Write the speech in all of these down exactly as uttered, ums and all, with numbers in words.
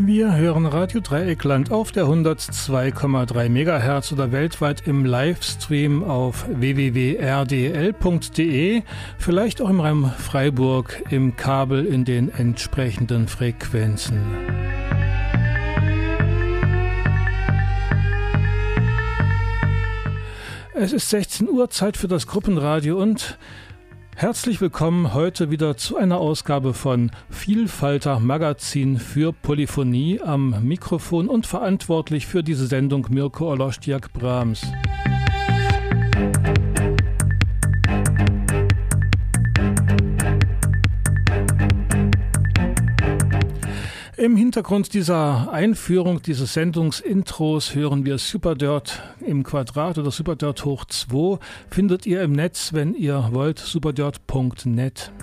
Wir hören Radio Dreieckland auf der hundertzwei Komma drei Megahertz oder weltweit im Livestream auf w w w punkt r d l punkt d e, vielleicht auch im Raum Freiburg im Kabel in den entsprechenden Frequenzen. Es ist sechzehn Uhr, Zeit für das Gruppenradio und herzlich willkommen heute wieder zu einer Ausgabe von Vielfalter Magazin für Polyphonie, am Mikrofon und verantwortlich für diese Sendung Mirko Olostiak-Brahms. Im Hintergrund dieser Einführung, dieses Sendungsintros hören wir Superdirt im Quadrat oder Superdirt hoch zwei. Findet ihr im Netz, wenn ihr wollt, superdirt punkt net.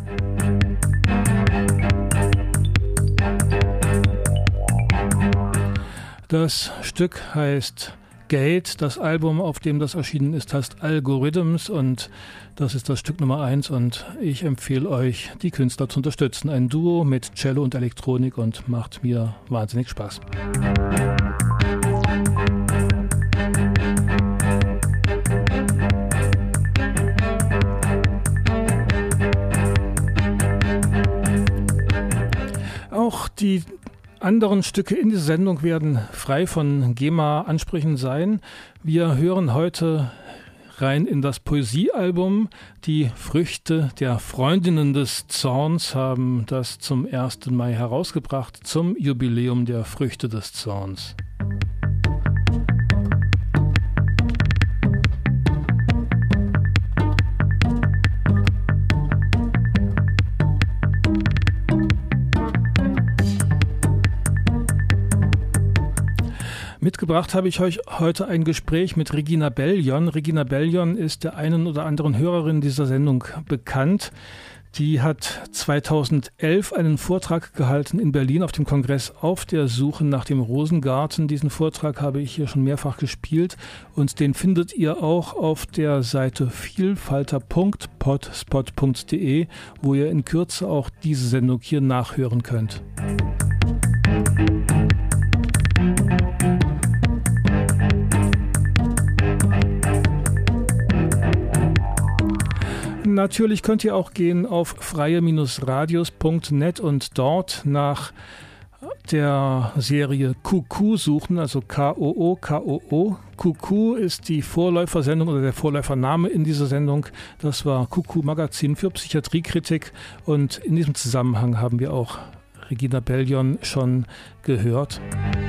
Das Stück heißt Gate, das Album, auf dem das erschienen ist, heißt Algorithms und das ist das Stück Nummer eins und ich empfehle euch, die Künstler zu unterstützen. Ein Duo mit Cello und Elektronik und macht mir wahnsinnig Spaß. Auch die anderen Stücke in dieser Sendung werden frei von GEMA-Ansprüchen sein. Wir hören heute rein in das Poesiealbum. Die Früchte der Freundinnen des Zorns haben das zum ersten Mai herausgebracht, zum Jubiläum der Früchte des Zorns. Mitgebracht habe ich euch heute ein Gespräch mit Regina Bellion. Regina Bellion ist der einen oder anderen Hörerin dieser Sendung bekannt. Die hat zweitausendelf einen Vortrag gehalten in Berlin auf dem Kongress Auf der Suche nach dem Rosengarten. Diesen Vortrag habe ich hier schon mehrfach gespielt und den findet ihr auch auf der Seite vielfalter punkt potspot punkt d e, wo ihr in Kürze auch diese Sendung hier nachhören könnt. Natürlich könnt ihr auch gehen auf freie Radios punkt net und dort nach der Serie Kuku suchen, also K O O K O O. Kuku ist die Vorläufersendung oder der Vorläufername in dieser Sendung. Das war Kuku Magazin für Psychiatriekritik und in diesem Zusammenhang haben wir auch Regina Bellion schon gehört.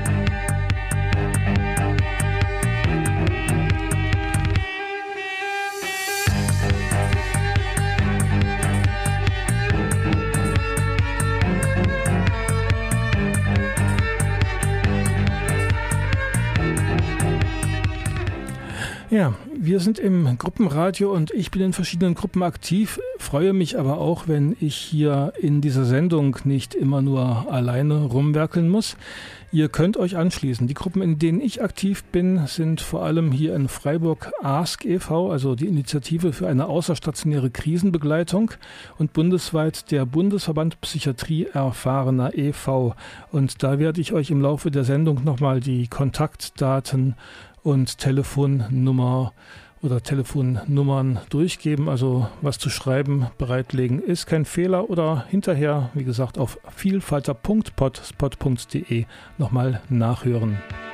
Ja, wir sind im Gruppenradio und ich bin in verschiedenen Gruppen aktiv, freue mich aber auch, wenn ich hier in dieser Sendung nicht immer nur alleine rumwerkeln muss. Ihr könnt euch anschließen. Die Gruppen, in denen ich aktiv bin, sind vor allem hier in Freiburg Ask e V, also die Initiative für eine außerstationäre Krisenbegleitung, und bundesweit der Bundesverband Psychiatrie Erfahrener e V. Und da werde ich euch im Laufe der Sendung nochmal die Kontaktdaten und Telefonnummer oder Telefonnummern durchgeben, also was zu schreiben, bereitlegen, ist kein Fehler oder hinterher, wie gesagt, auf vielfalter punkt potspot punkt d e nochmal nachhören.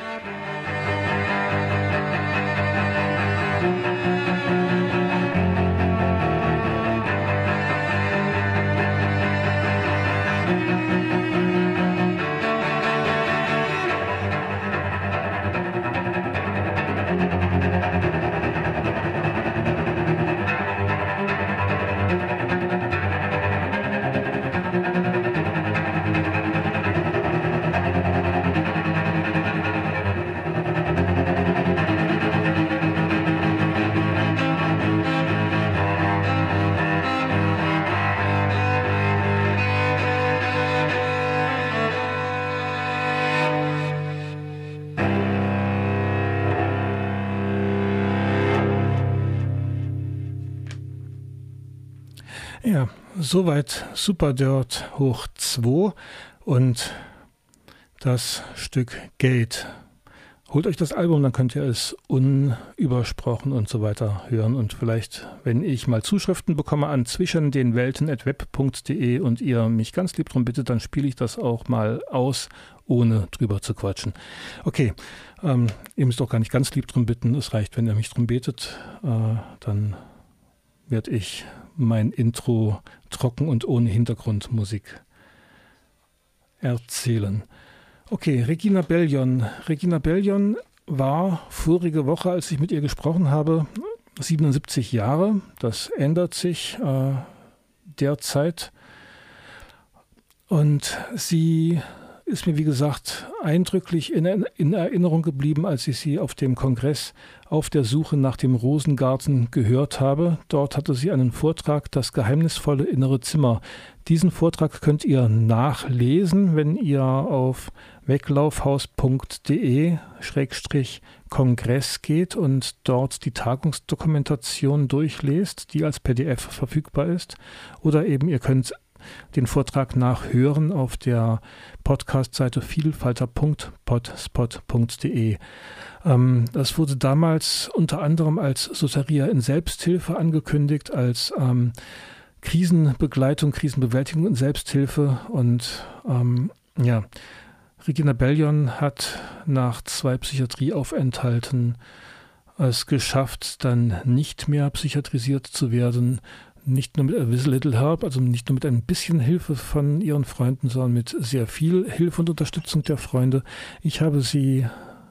Ja, soweit Superdirt hoch zwei und das Stück Gate. Holt euch das Album, dann könnt ihr es unübersprochen und so weiter hören. Und vielleicht, wenn ich mal Zuschriften bekomme an zwischen den welten at web punkt de und ihr mich ganz lieb drum bittet, dann spiele ich das auch mal aus, ohne drüber zu quatschen. Okay, ähm, ihr müsst auch gar nicht ganz lieb drum bitten. Es reicht, wenn ihr mich drum betet. Äh, dann werde ich mein Intro trocken und ohne Hintergrundmusik erzählen. Okay, Regina Bellion. Regina Bellion war vorige Woche, als ich mit ihr gesprochen habe, siebenundsiebzig Jahre. Das ändert sich äh, derzeit. Und sie ist mir, wie gesagt, eindrücklich in, in Erinnerung geblieben, als ich sie auf dem Kongress auf der Suche nach dem Rosengarten gehört habe. Dort hatte sie einen Vortrag, Das geheimnisvolle innere Zimmer. Diesen Vortrag könnt ihr nachlesen, wenn ihr auf weglaufhaus punkt de Schrägstrich Kongress geht und dort die Tagungsdokumentation durchlest, die als P D F verfügbar ist. Oder eben ihr könnt den Vortrag nachhören auf der Podcast-Seite vielfalter punkt potspot punkt de. Ähm, das wurde damals unter anderem als Soteria in Selbsthilfe angekündigt, als ähm, Krisenbegleitung, Krisenbewältigung in Selbsthilfe. Und ähm, ja, Regina Bellion hat nach zwei Psychiatrieaufenthalten es geschafft, dann nicht mehr psychiatrisiert zu werden. Nicht nur mit a little help, also nicht nur mit ein bisschen Hilfe von ihren Freunden, sondern mit sehr viel Hilfe und Unterstützung der Freunde. Ich habe sie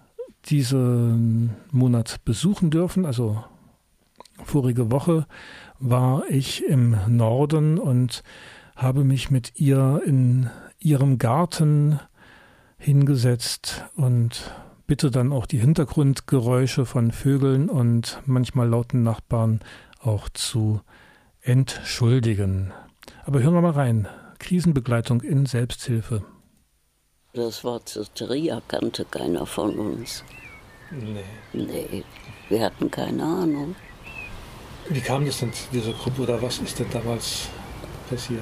diesen Monat besuchen dürfen, also vorige Woche war ich im Norden und habe mich mit ihr in ihrem Garten hingesetzt und bitte dann auch die Hintergrundgeräusche von Vögeln und manchmal lauten Nachbarn auch zu entschuldigen. Aber hören wir mal rein. Krisenbegleitung in Selbsthilfe. Das Wort Soteria kannte keiner von uns. Nee. Nee, wir hatten keine Ahnung. Wie kam das denn zu dieser Gruppe oder was ist denn damals passiert?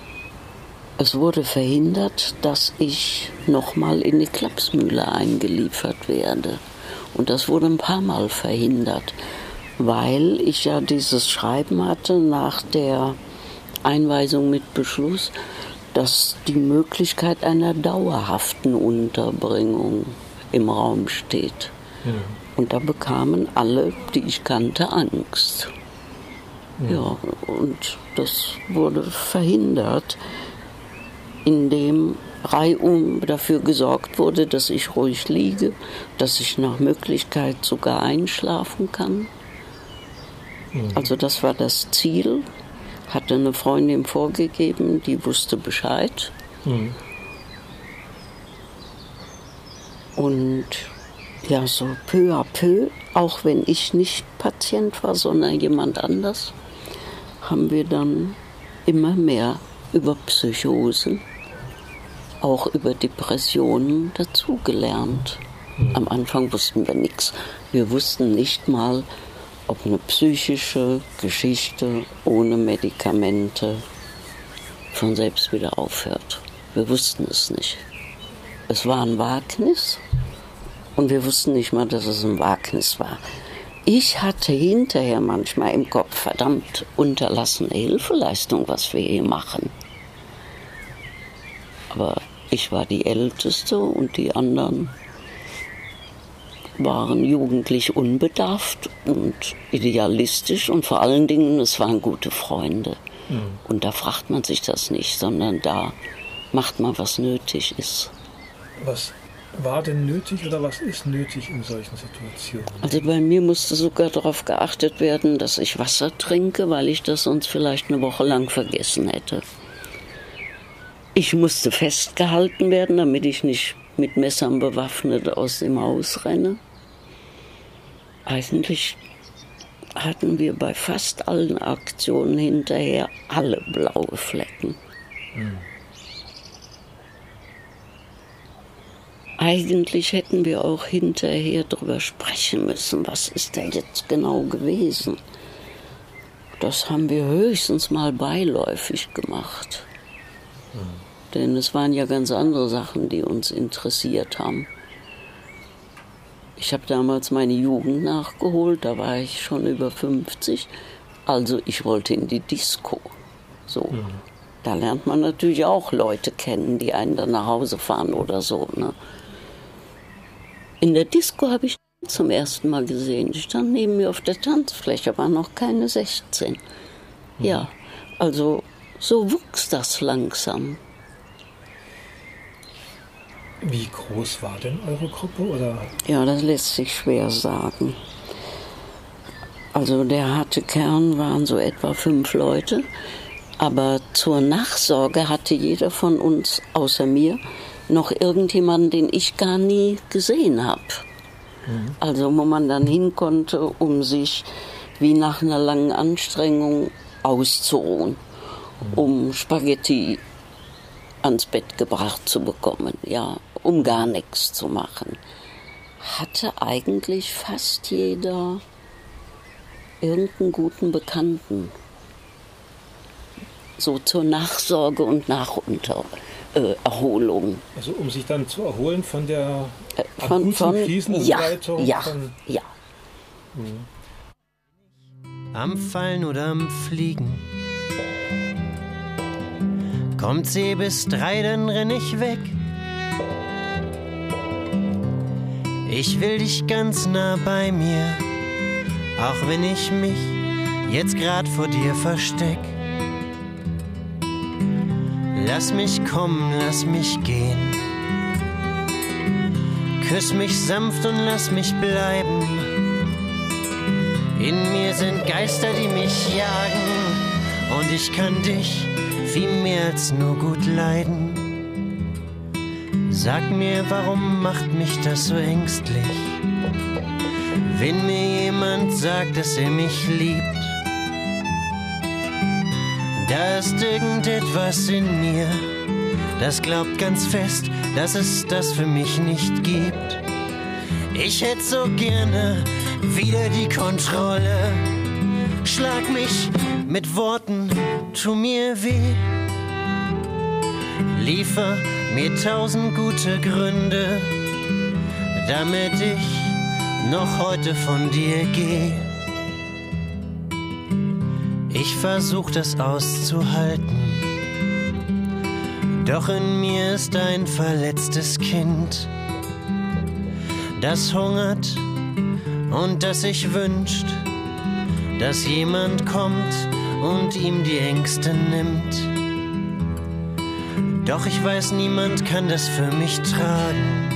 Es wurde verhindert, dass ich nochmal in die Klapsmühle eingeliefert werde. Und das wurde ein paar Mal verhindert, weil ich ja dieses Schreiben hatte nach der Einweisung mit Beschluss, dass die Möglichkeit einer dauerhaften Unterbringung im Raum steht. Ja. Und da bekamen alle, die ich kannte, Angst. Ja, ja, und das wurde verhindert, indem reihum dafür gesorgt wurde, dass ich ruhig liege, dass ich nach Möglichkeit sogar einschlafen kann. Mhm. Also das war das Ziel. Hatte eine Freundin vorgegeben, die wusste Bescheid. Mhm. Und ja, so peu à peu, auch wenn ich nicht Patient war, sondern jemand anders, haben wir dann immer mehr über Psychosen, auch über Depressionen dazugelernt. Mhm. Am Anfang wussten wir nichts. Wir wussten nicht mal, ob eine psychische Geschichte ohne Medikamente von selbst wieder aufhört. Wir wussten es nicht. Es war ein Wagnis und wir wussten nicht mal, dass es ein Wagnis war. Ich hatte hinterher manchmal im Kopf, verdammt, unterlassene Hilfeleistung, was wir hier machen. Aber ich war die Älteste und die anderen waren jugendlich unbedarft und idealistisch und vor allen Dingen, es waren gute Freunde. Mhm. Und da fragt man sich das nicht, sondern da macht man, was nötig ist. Was war denn nötig oder was ist nötig in solchen Situationen? Also bei mir musste sogar darauf geachtet werden, dass ich Wasser trinke, weil ich das sonst vielleicht eine Woche lang vergessen hätte. Ich musste festgehalten werden, damit ich nicht mit Messern bewaffnet aus dem Haus renne. Eigentlich hatten wir bei fast allen Aktionen hinterher alle blaue Flecken. Mhm. Eigentlich hätten wir auch hinterher darüber sprechen müssen, was ist denn jetzt genau gewesen. Das haben wir höchstens mal beiläufig gemacht. Denn es waren ja ganz andere Sachen, die uns interessiert haben. Ich habe damals meine Jugend nachgeholt, da war ich schon über fünfzig. Also ich wollte in die Disco. So. Mhm. Da lernt man natürlich auch Leute kennen, die einen dann nach Hause fahren oder so. Ne? In der Disco habe ich zum ersten Mal gesehen. Die stand neben mir auf der Tanzfläche, war noch keine sechzehn. Mhm. Ja, also so wuchs das langsam. Wie groß war denn eure Gruppe? Oder? Ja, das lässt sich schwer sagen. Also der harte Kern waren so etwa fünf Leute. Aber zur Nachsorge hatte jeder von uns, außer mir, noch irgendjemanden, den ich gar nie gesehen habe. Mhm. Also wo man dann hin konnte, um sich wie nach einer langen Anstrengung auszuruhen, mhm. um Spaghetti ans Bett gebracht zu bekommen, ja, um gar nichts zu machen. Hatte eigentlich fast jeder irgendeinen guten Bekannten. So zur Nachsorge und Nachunter äh, Erholung. Also um sich dann zu erholen von der äh, von, von Krisenbegleitung? Ja, ja, von, ja. Mhm. Am Fallen oder am Fliegen. Kommt sie bis drei, dann renn ich weg. Ich will dich ganz nah bei mir, auch wenn ich mich jetzt grad vor dir versteck. Lass mich kommen, lass mich gehen. Küss mich sanft und lass mich bleiben. In mir sind Geister, die mich jagen, und ich kann dich viel mehr als nur gut leiden. Sag mir, warum macht mich das so ängstlich, wenn mir jemand sagt, dass er mich liebt? Da ist irgendetwas in mir, das glaubt ganz fest, dass es das für mich nicht gibt. Ich hätte so gerne wieder die Kontrolle. Schlag mich mit Worten, tu mir weh. Liefer mir tausend gute Gründe, damit ich noch heute von dir gehe. Ich versuch das auszuhalten, doch in mir ist ein verletztes Kind, das hungert und das sich wünscht, dass jemand kommt und ihm die Ängste nimmt. Doch ich weiß, niemand kann das für mich tragen,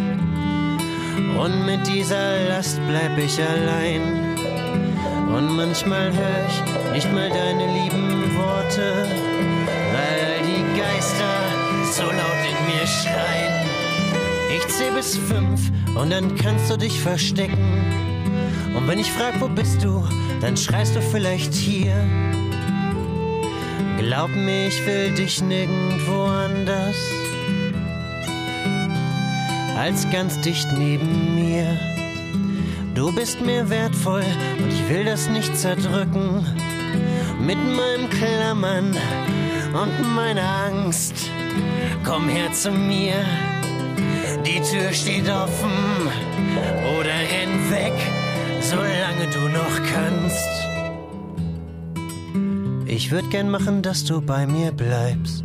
und mit dieser Last bleib ich allein. Und manchmal hör ich nicht mal deine lieben Worte, weil all die Geister so laut in mir schreien. Ich zähl bis fünf und dann kannst du dich verstecken. Und wenn ich frag, wo bist du, dann schreist du vielleicht hier. Glaub mir, ich will dich nirgendwo anders als ganz dicht neben mir. Du bist mir wertvoll und ich will das nicht zerdrücken mit meinem Klammern und meiner Angst. Komm her zu mir, die Tür steht offen, oder renn weg, solange du noch kannst. Ich würd gern machen, dass du bei mir bleibst,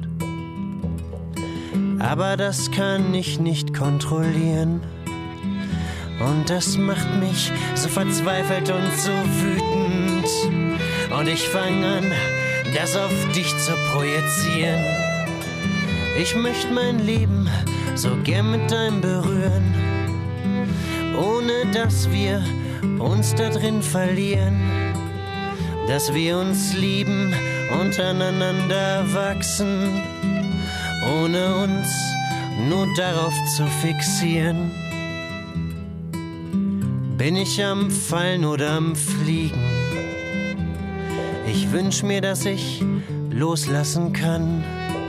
aber das kann ich nicht kontrollieren. Und das macht mich so verzweifelt und so wütend. Und ich fang an, das auf dich zu projizieren. Ich möchte mein Leben so gern mit deinem berühren, ohne dass wir uns da drin verlieren. Dass wir uns lieben und aneinander wachsen, ohne uns nur darauf zu fixieren. Bin ich am Fallen oder am Fliegen? Ich wünsch mir, dass ich loslassen kann.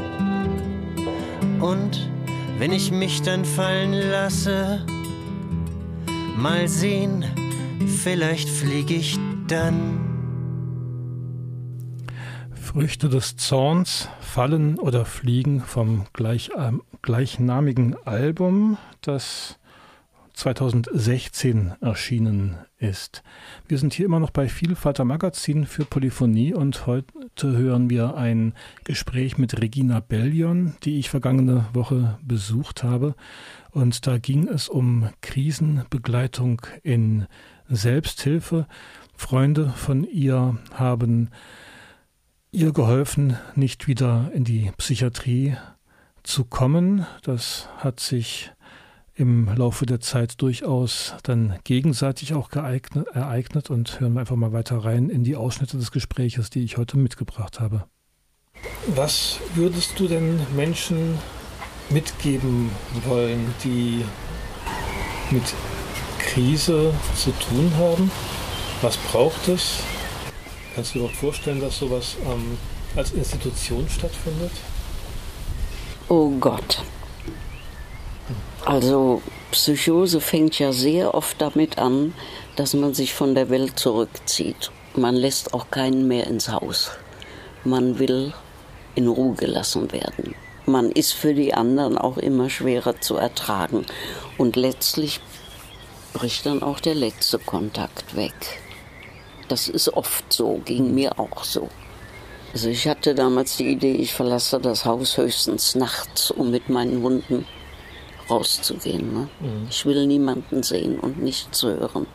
Und wenn ich mich dann fallen lasse, mal sehen, vielleicht flieg ich dann. Früchte des Zorns fallen oder fliegen vom gleich, äh, gleichnamigen Album, das zweitausendsechzehn erschienen ist. Wir sind hier immer noch bei Vielfalter Magazin für Polyphonie und heute hören wir ein Gespräch mit Regina Bellion, die ich vergangene Woche besucht habe. Und da ging es um Krisenbegleitung in Selbsthilfe. Freunde von ihr haben ihr geholfen, nicht wieder in die Psychiatrie zu kommen. Das hat sich im Laufe der Zeit durchaus dann gegenseitig auch geeignet, ereignet. Und hören wir einfach mal weiter rein in die Ausschnitte des Gespräches, die ich heute mitgebracht habe. Was würdest du denn Menschen mitgeben wollen, die mit Krise zu tun haben? Was braucht es? Kannst du dir überhaupt vorstellen, dass sowas ähm, als Institution stattfindet? Oh Gott. Also Psychose fängt ja sehr oft damit an, dass man sich von der Welt zurückzieht. Man lässt auch keinen mehr ins Haus. Man will in Ruhe gelassen werden. Man ist für die anderen auch immer schwerer zu ertragen. Und letztlich bricht dann auch der letzte Kontakt weg. Das ist oft so, ging mir auch so. Also ich hatte damals die Idee, ich verlasse das Haus höchstens nachts, um mit meinen Hunden rauszugehen. Ne? Mhm. Ich will niemanden sehen und nichts hören.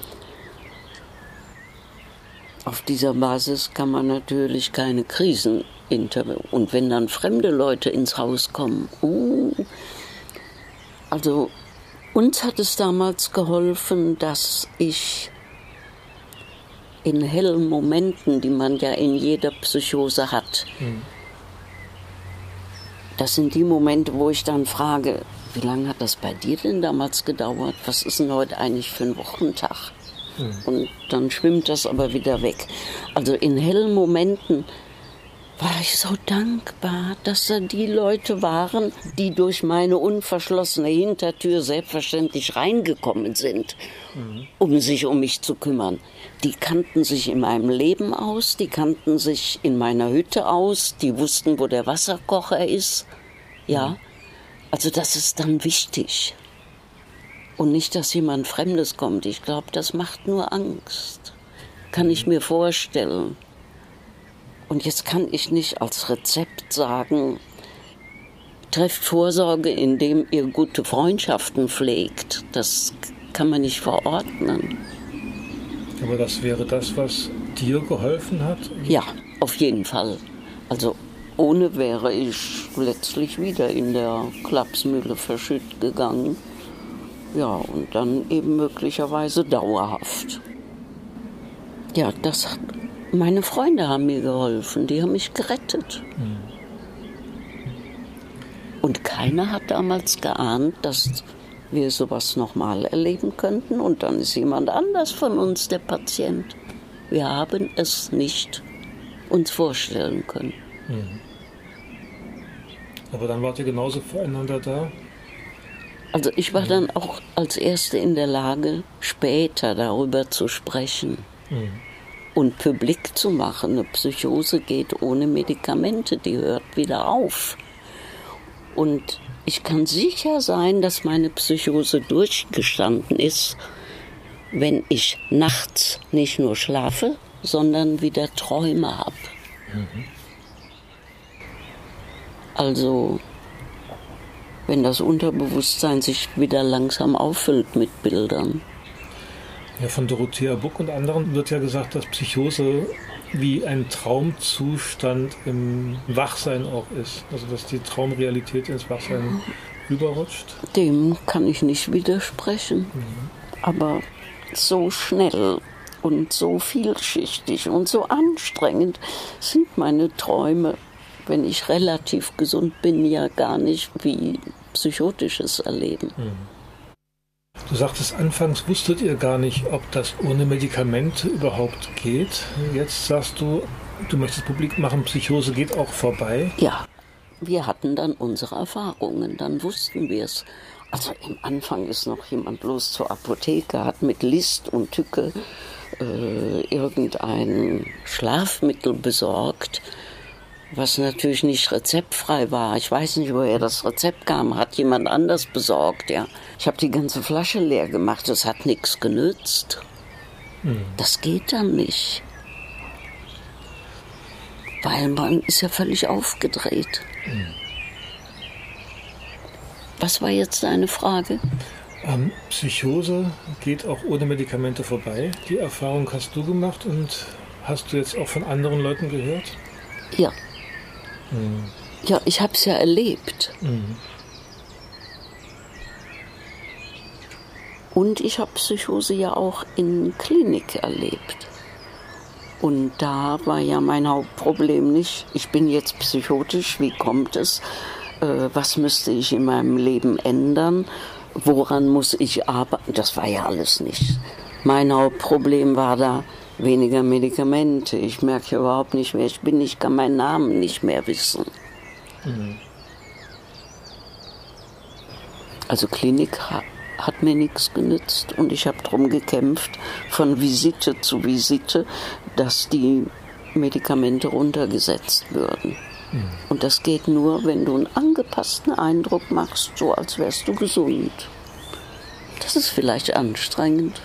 Auf dieser Basis kann man natürlich keine Krisen intervenieren. Und wenn dann fremde Leute ins Haus kommen, uh, also uns hat es damals geholfen, dass ich in hellen Momenten, die man ja in jeder Psychose hat, mhm. das sind die Momente, wo ich dann frage, wie lange hat das bei dir denn damals gedauert? Was ist denn heute eigentlich für ein Wochentag? Mhm. Und dann schwimmt das aber wieder weg. Also in hellen Momenten war ich so dankbar, dass da die Leute waren, die durch meine unverschlossene Hintertür selbstverständlich reingekommen sind, mhm. um sich um mich zu kümmern. Die kannten sich in meinem Leben aus, die kannten sich in meiner Hütte aus, die wussten, wo der Wasserkocher ist. Ja, mhm. Also das ist dann wichtig. Und nicht, dass jemand Fremdes kommt. Ich glaube, das macht nur Angst. Kann ich mir vorstellen. Und jetzt kann ich nicht als Rezept sagen, trefft Vorsorge, indem ihr gute Freundschaften pflegt. Das kann man nicht verordnen. Aber das wäre das, was dir geholfen hat? Ja, auf jeden Fall. Also ohne wäre ich letztlich wieder in der Klapsmühle verschütt gegangen. Ja, und dann eben möglicherweise dauerhaft. Ja, das hat, meine Freunde haben mir geholfen, die haben mich gerettet. Mhm. Und keiner hat damals geahnt, dass wir sowas nochmal erleben könnten. Und dann ist jemand anders von uns der Patient. Wir haben es nicht uns vorstellen können. Mhm. Aber dann wart ihr genauso füreinander da? Also ich war mhm. dann auch als Erste in der Lage, später darüber zu sprechen. Mhm. Und publik zu machen. Eine Psychose geht ohne Medikamente, die hört wieder auf. Und ich kann sicher sein, dass meine Psychose durchgestanden ist, wenn ich nachts nicht nur schlafe, sondern wieder Träume habe. Mhm. Also, wenn das Unterbewusstsein sich wieder langsam auffüllt mit Bildern. Ja, von Dorothea Buck und anderen wird ja gesagt, dass Psychose wie ein Traumzustand im Wachsein auch ist. Also, dass die Traumrealität ins Wachsein rüberrutscht. Dem kann ich nicht widersprechen. Mhm. Aber so schnell und so vielschichtig und so anstrengend sind meine Träume, wenn ich relativ gesund bin, ja gar nicht wie psychotisches Erleben. Mhm. Du sagtest, anfangs wusstet ihr gar nicht, ob das ohne Medikamente überhaupt geht. Jetzt sagst du, du möchtest publik machen, Psychose geht auch vorbei. Ja, wir hatten dann unsere Erfahrungen, dann wussten wir es. Also im Anfang ist noch jemand bloß zur Apotheke, hat mit List und Tücke äh, irgendein Schlafmittel besorgt. was natürlich nicht rezeptfrei war. Ich weiß nicht, woher das Rezept kam. Hat jemand anders besorgt, ja. Ich habe die ganze Flasche leer gemacht. Das hat nichts genützt. Hm. Das geht dann nicht. Weil man ist ja völlig aufgedreht. Hm. Was war jetzt deine Frage? Ähm, Psychose geht auch ohne Medikamente vorbei. Die Erfahrung hast du gemacht und hast du jetzt auch von anderen Leuten gehört? Ja. Mhm. Ja, ich habe es ja erlebt. Mhm. Und ich habe Psychose ja auch in Klinik erlebt. Und da war ja mein Hauptproblem nicht, ich bin jetzt psychotisch, wie kommt es? Äh, was müsste ich in meinem Leben ändern? Woran muss ich arbeiten? Das war ja alles nicht. Mein Hauptproblem war da weniger Medikamente. Ich merke überhaupt nicht mehr, ich bin, ich kann meinen Namen nicht mehr wissen. Mhm. Also Klinik ha- hat mir nichts genützt und ich habe darum gekämpft, von Visite zu Visite, dass die Medikamente runtergesetzt würden. Mhm. Und das geht nur, wenn du einen angepassten Eindruck machst, so als wärst du gesund. Das ist vielleicht anstrengend.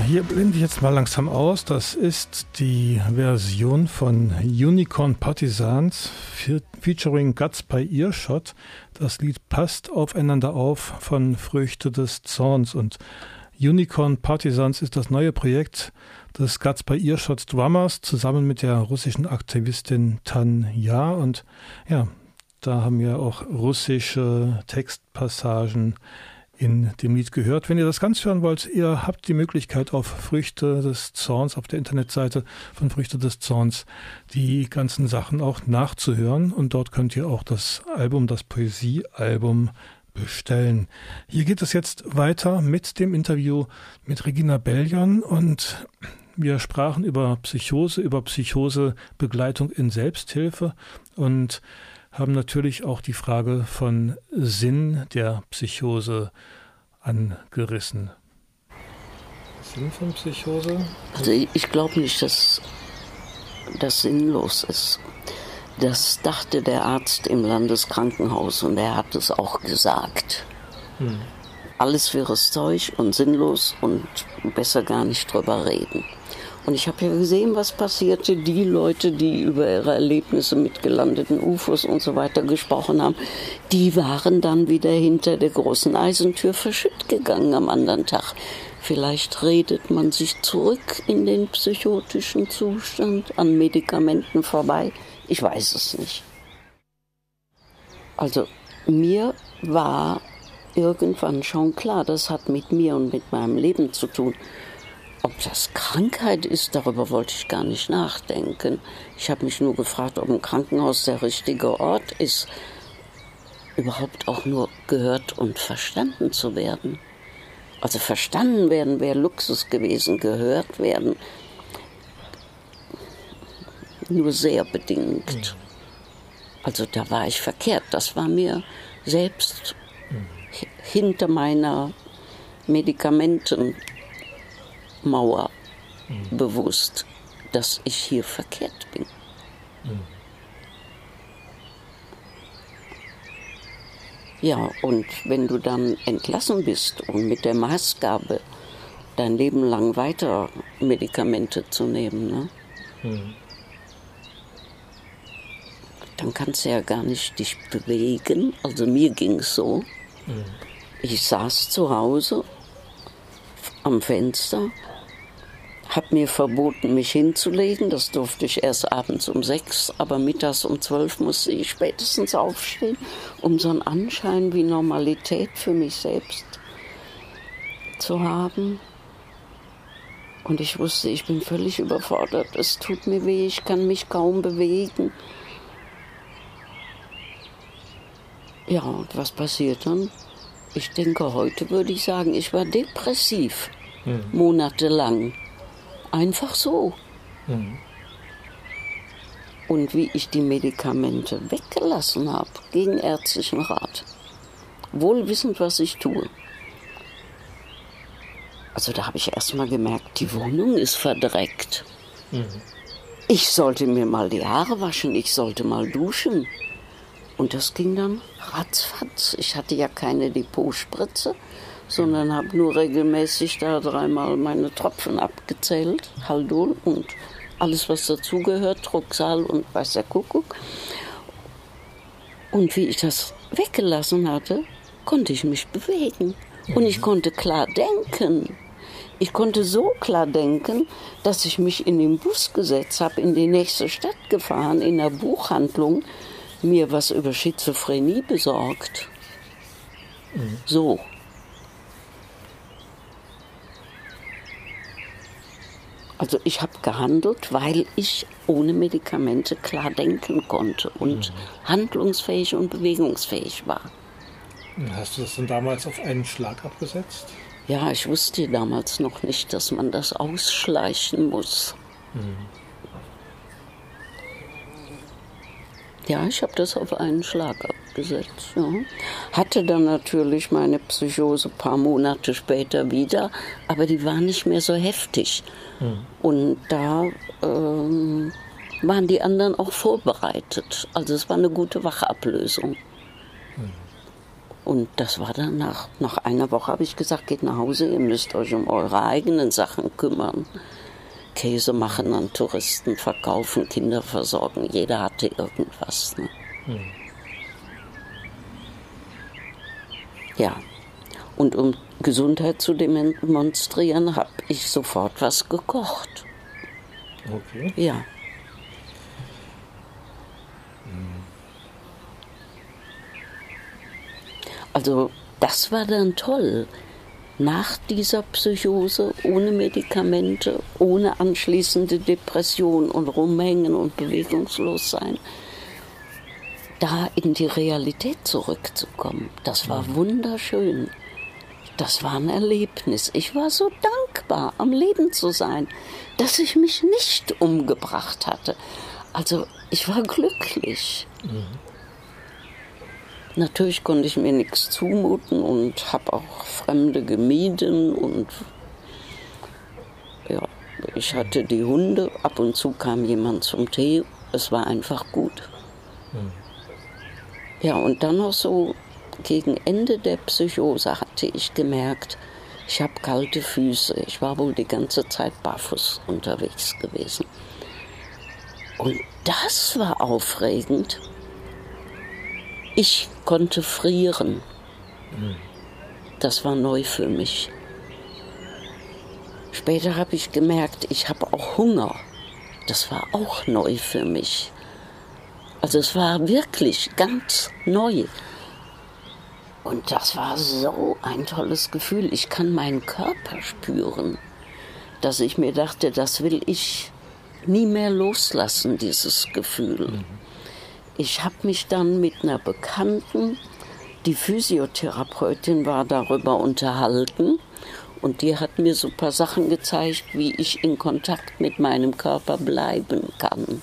hier blende ich jetzt mal langsam aus. Das ist die Version von Unicorn Partisans featuring Guts by Earshot. Das Lied Passt aufeinander auf von Früchte des Zorns. Und Unicorn Partisans ist das neue Projekt des Guts by Earshot Drummers zusammen mit der russischen Aktivistin Tanja. Und ja, da haben wir auch russische Textpassagen in dem Lied gehört. Wenn ihr das ganz hören wollt, ihr habt die Möglichkeit auf Früchte des Zorns, auf der Internetseite von Früchte des Zorns, die ganzen Sachen auch nachzuhören. Und dort könnt ihr auch das Album, das Poesiealbum bestellen. Hier geht es jetzt weiter mit dem Interview mit Regina Beljan und wir sprachen über Psychose, über Psychosebegleitung in Selbsthilfe und haben natürlich auch die Frage von Sinn der Psychose angerissen. Sinn von Psychose? Also ich glaube nicht, dass das sinnlos ist. Das dachte der Arzt im Landeskrankenhaus und er hat es auch gesagt. Hm. Alles wirres Zeug und sinnlos und besser gar nicht drüber reden. Und ich habe ja gesehen, was passierte. Die Leute, die über ihre Erlebnisse mit gelandeten U F Os und so weiter gesprochen haben, die waren dann wieder hinter der großen Eisentür verschütt gegangen am anderen Tag. Vielleicht redet man sich zurück in den psychotischen Zustand, an Medikamenten vorbei. Ich weiß es nicht. Also mir war irgendwann schon klar, das hat mit mir und mit meinem Leben zu tun. Ob das Krankheit ist, darüber wollte ich gar nicht nachdenken. Ich habe mich nur gefragt, ob ein Krankenhaus der richtige Ort ist, überhaupt auch nur gehört und verstanden zu werden. Also verstanden werden wäre Luxus gewesen, gehört werden nur sehr bedingt. Also da war ich verkehrt. Das war mir selbst hinter meiner Medikamenten Mauer mhm. bewusst, dass ich hier verkehrt bin. Mhm. Ja, und wenn du dann entlassen bist und mit der Maßgabe, dein Leben lang weiter Medikamente zu nehmen, ne? Mhm. dann kannst du ja gar nicht dich bewegen. Also mir ging es so. Mhm. Ich saß zu Hause am Fenster, habe mir verboten, mich hinzulegen. Das durfte ich erst abends um sechs, aber mittags um zwölf musste ich spätestens aufstehen, um so einen Anschein wie Normalität für mich selbst zu haben. Und ich wusste, ich bin völlig überfordert. Es tut mir weh, ich kann mich kaum bewegen. Ja, und was passiert dann? Ich denke, heute würde ich sagen, ich war depressiv, mhm. monatelang. Einfach so. Mhm. Und wie ich die Medikamente weggelassen habe, gegen ärztlichen Rat, wohl wissend, was ich tue. Also da habe ich erst mal gemerkt, die Wohnung ist verdreckt. Mhm. Ich sollte mir mal die Haare waschen, ich sollte mal duschen. Und das ging dann ratzfatz. Ich hatte ja keine Depotspritze, sondern habe nur regelmäßig da dreimal meine Tropfen abgezählt, Haldol und alles, was dazugehört, Troxal und weiß der Kuckuck. Und wie ich das weggelassen hatte, konnte ich mich bewegen. Und ich konnte klar denken. Ich konnte so klar denken, dass ich mich in den Bus gesetzt habe, in die nächste Stadt gefahren, in der Buchhandlung, mir was über Schizophrenie besorgt. Mhm. So. Also ich habe gehandelt, weil ich ohne Medikamente klar denken konnte und mhm. handlungsfähig und bewegungsfähig war. Hast du das denn damals auf einen Schlag abgesetzt? Ja, ich wusste damals noch nicht, dass man das ausschleichen muss. Mhm. Ja, ich habe das auf einen Schlag abgesetzt. Ja. Hatte dann natürlich meine Psychose ein paar Monate später wieder, aber die war nicht mehr so heftig. Mhm. Und da ähm, waren die anderen auch vorbereitet. Also es war eine gute Wachablösung. Mhm. Und das war dann nach, nach einer Woche, habe ich gesagt, geht nach Hause, ihr müsst euch um eure eigenen Sachen kümmern. Käse machen an Touristen, verkaufen, Kinder versorgen, jeder hatte irgendwas. Ne? Hm. Ja, und um Gesundheit zu demonstrieren, habe ich sofort was gekocht. Okay. Ja. Also das war dann toll. Nach dieser Psychose, ohne Medikamente, ohne anschließende Depression und rumhängen und bewegungslos sein, da in die Realität zurückzukommen, das war wunderschön. Das war ein Erlebnis. Ich war so dankbar, am Leben zu sein, dass ich mich nicht umgebracht hatte. Also ich war glücklich. Mhm. Natürlich konnte ich mir nichts zumuten und habe auch Fremde gemieden. Und ja, ich hatte die Hunde. Ab und zu kam jemand zum Tee. Es war einfach gut. Mhm. Ja, und dann noch so gegen Ende der Psychose hatte ich gemerkt, ich habe kalte Füße. Ich war wohl die ganze Zeit barfuß unterwegs gewesen. Und das war aufregend. Ich konnte frieren. Das war neu für mich. Später habe ich gemerkt, ich habe auch Hunger. Das war auch neu für mich. Also es war wirklich ganz neu. Und das war so ein tolles Gefühl. Ich kann meinen Körper spüren, dass ich mir dachte, das will ich nie mehr loslassen, dieses Gefühl. Mhm. Ich habe mich dann mit einer Bekannten, die Physiotherapeutin war, darüber unterhalten. Und die hat mir so ein paar Sachen gezeigt, wie ich in Kontakt mit meinem Körper bleiben kann.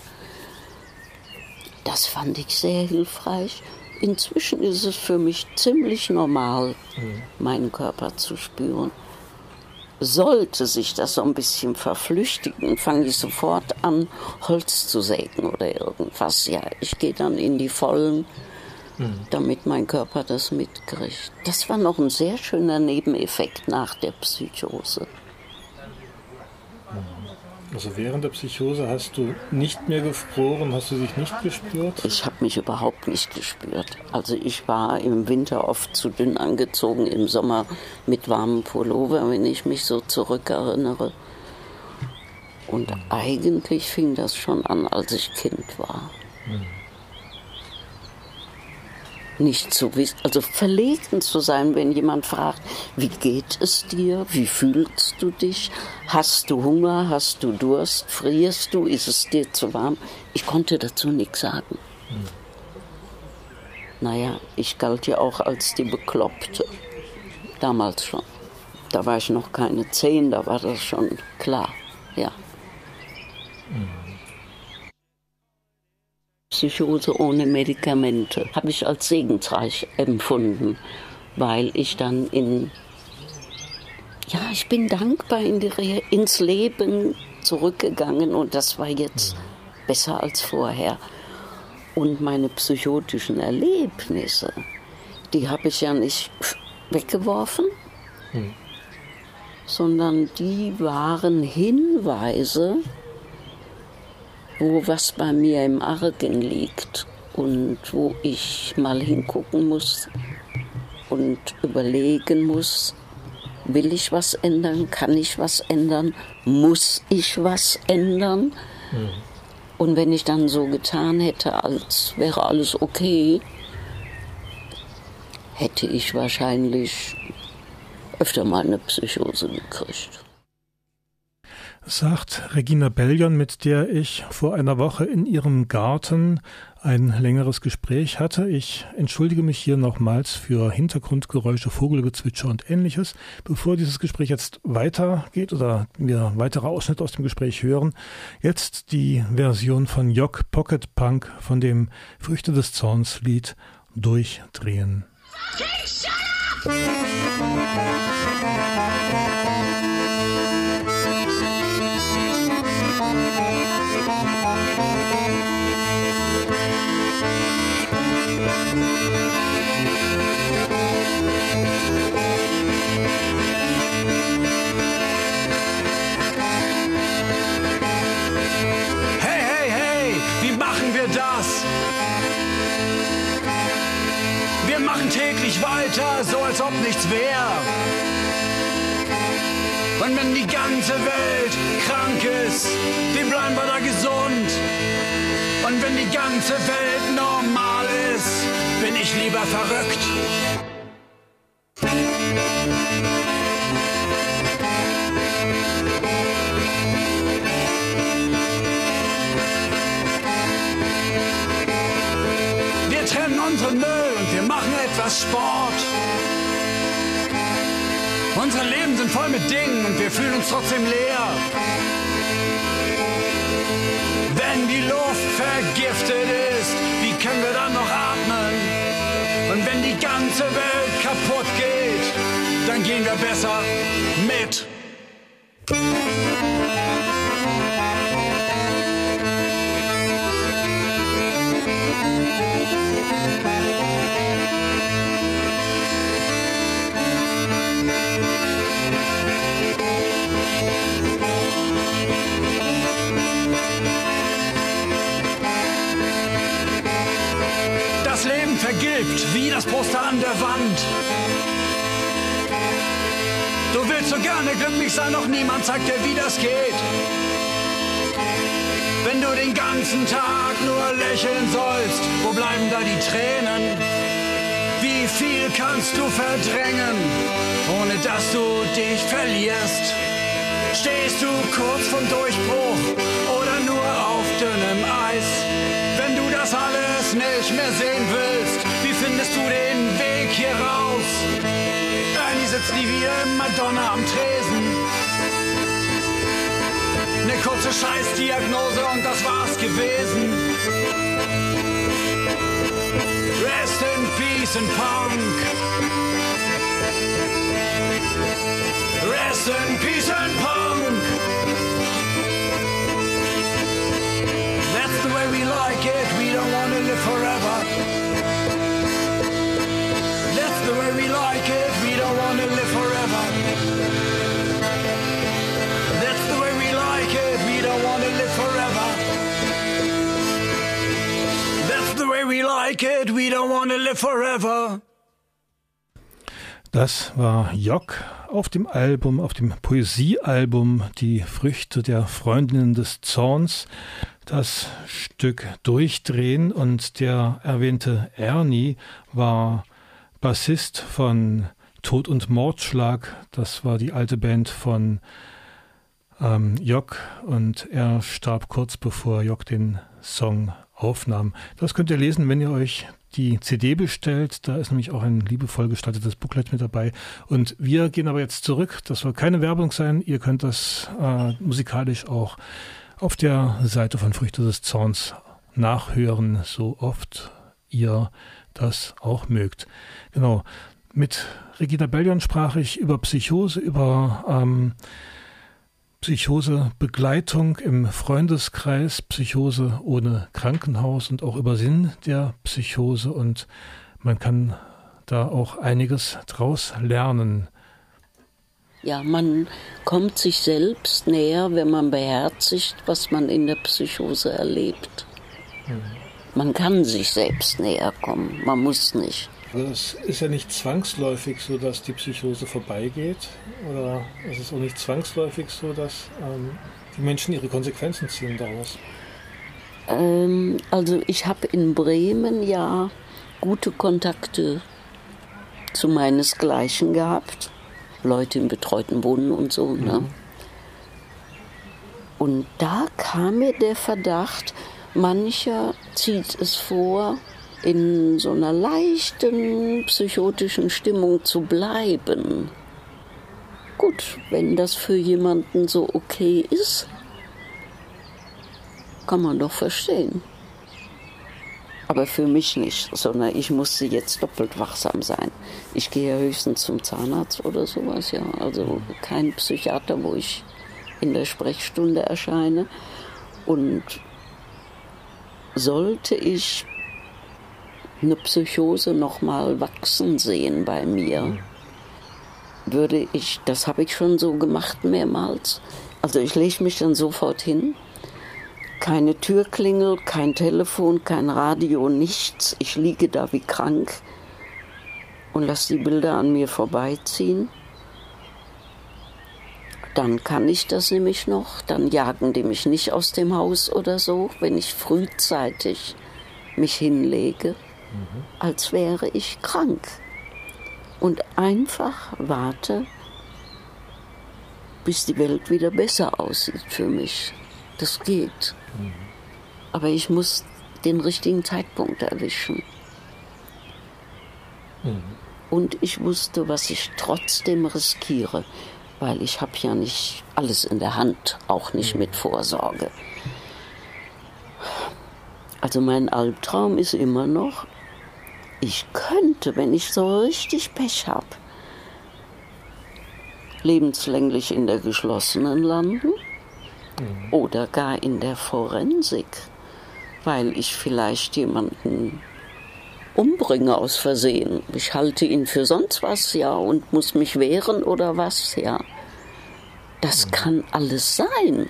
Das fand ich sehr hilfreich. Inzwischen ist es für mich ziemlich normal, mhm. meinen Körper zu spüren. Sollte sich das so ein bisschen verflüchtigen, fange ich sofort an, Holz zu sägen oder irgendwas. Ja, ich gehe dann in die Vollen, mhm. damit mein Körper das mitkriegt. Das war noch ein sehr schöner Nebeneffekt nach der Psychose. Also während der Psychose hast du nicht mehr gefroren, hast du dich nicht gespürt? Ich habe mich überhaupt nicht gespürt. Also ich war im Winter oft zu dünn angezogen, im Sommer mit warmem Pullover, wenn ich mich so zurückerinnere. Und mhm. eigentlich fing das schon an, als ich Kind war. Mhm. Nicht zu wissen, also verlegen zu sein, wenn jemand fragt, wie geht es dir, wie fühlst du dich, hast du Hunger, hast du Durst, frierst du, ist es dir zu warm? Ich konnte dazu nichts sagen. Hm. Naja, ich galt ja auch als die Bekloppte, damals schon. Da war ich noch keine zehn, da war das schon klar, ja. Hm. Psychose ohne Medikamente habe ich als segensreich empfunden, weil ich dann in, ja, ich bin dankbar in die Re- ins Leben zurückgegangen und das war jetzt besser als vorher. Und meine psychotischen Erlebnisse, die habe ich ja nicht weggeworfen, hm. sondern die waren Hinweise, wo was bei mir im Argen liegt und wo ich mal hingucken muss und überlegen muss, will ich was ändern, kann ich was ändern, muss ich was ändern? Mhm. Und wenn ich dann so getan hätte, als wäre alles okay, hätte ich wahrscheinlich öfter mal eine Psychose gekriegt. Sagt Regina Bellion, mit der ich vor einer Woche in ihrem Garten ein längeres Gespräch hatte. Ich entschuldige mich hier nochmals für Hintergrundgeräusche, Vogelgezwitscher und Ähnliches. Bevor dieses Gespräch jetzt weitergeht oder wir weitere Ausschnitte aus dem Gespräch hören, jetzt die Version von Jock Pocket Punk von dem Früchte des Zorns Lied Durchdrehen. Hey, shut up! weiter, so als ob nichts wäre. Und wenn die ganze Welt krank ist, wie bleiben wir da gesund? Und wenn die ganze Welt normal ist, bin ich lieber verrückt. Wir trennen unseren Müll und wir machen etwas Sport. Unsere Leben sind voll mit Dingen und wir fühlen uns trotzdem leer. Wenn die Luft vergiftet ist, wie können wir dann noch atmen? Und wenn die ganze Welt kaputt geht, dann gehen wir besser mit. Das Leben vergilbt wie das Poster an der Wand. Du willst so gerne glücklich sein, doch niemand sagt dir, wie das geht. Wenn du den ganzen Tag nur lächeln sollst, wo bleiben da die Tränen? Wie viel kannst du verdrängen, ohne dass du dich verlierst? Stehst du kurz vom Durchbruch oder nur auf dünnem Eis? Wenn du das alles nicht mehr sehen willst, wie findest du den Weg hier raus? Ernie sitzt nie wieder im Madonna am Tresen. Ne kurze Scheißdiagnose und das war's gewesen. Rest in peace and punk. Rest in peace and punk. That's the way we like it, we don't want to live forever. That's the way we like it, we don't want to live forever. That's the way we like it, we don't want to live forever. That's the way we like it, we don't want to live forever. Das war Jock auf dem Album, auf dem Poesiealbum Die Früchte der Freundinnen des Zorns. Das Stück Durchdrehen, und der erwähnte Ernie war Bassist von Tod und Mordschlag. Das war die alte Band von ähm, Jock, und er starb kurz bevor Jock den Song aufnahm. Das könnt ihr lesen, wenn ihr euch die C D bestellt. Da ist nämlich auch ein liebevoll gestaltetes Booklet mit dabei. Und wir gehen aber jetzt zurück. Das soll keine Werbung sein. Ihr könnt das äh, musikalisch auch auf der Seite von Früchte des Zorns nachhören, so oft ihr das auch mögt. Genau. Mit Regina Bellion sprach ich über Psychose, über ähm, Psychosebegleitung im Freundeskreis, Psychose ohne Krankenhaus und auch über Sinn der Psychose, und man kann da auch einiges draus lernen. Ja, man kommt sich selbst näher, wenn man beherzigt, was man in der Psychose erlebt. Mhm. Man kann sich selbst näher kommen, man muss nicht. Also es ist ja nicht zwangsläufig so, dass die Psychose vorbeigeht, oder es ist auch nicht zwangsläufig so, dass ähm, die Menschen ihre Konsequenzen ziehen daraus. Ähm, also ich habe in Bremen ja gute Kontakte zu meinesgleichen gehabt, Leute im betreuten Wohnen und so. Mhm. Ne? Und da kam mir der Verdacht, mancher zieht es vor, in so einer leichten psychotischen Stimmung zu bleiben. Gut, wenn das für jemanden so okay ist, kann man doch verstehen. Aber für mich nicht, sondern ich musste jetzt doppelt wachsam sein. Ich gehe ja höchstens zum Zahnarzt oder sowas, ja. Also kein Psychiater, wo ich in der Sprechstunde erscheine. Und sollte ich eine Psychose noch mal wachsen sehen bei mir, würde ich, das habe ich schon so gemacht mehrmals, also ich lege mich dann sofort hin, keine Türklingel, kein Telefon, kein Radio, nichts, ich liege da wie krank und lasse die Bilder an mir vorbeiziehen. Dann kann ich das nämlich noch, dann jagen die mich nicht aus dem Haus oder so, wenn ich frühzeitig mich hinlege, mhm. als wäre ich krank. Und einfach warte, bis die Welt wieder besser aussieht für mich. Das geht. Mhm. Aber ich muss den richtigen Zeitpunkt erwischen. Mhm. Und ich wusste, was ich trotzdem riskiere. Weil ich habe ja nicht alles in der Hand, auch nicht mit Vorsorge. Also mein Albtraum ist immer noch, ich könnte, wenn ich so richtig Pech habe, lebenslänglich in der geschlossenen landen mhm. oder gar in der Forensik, weil ich vielleicht jemanden umbringe aus Versehen. Ich halte ihn für sonst was, ja, und muss mich wehren oder was, ja. Das kann alles sein.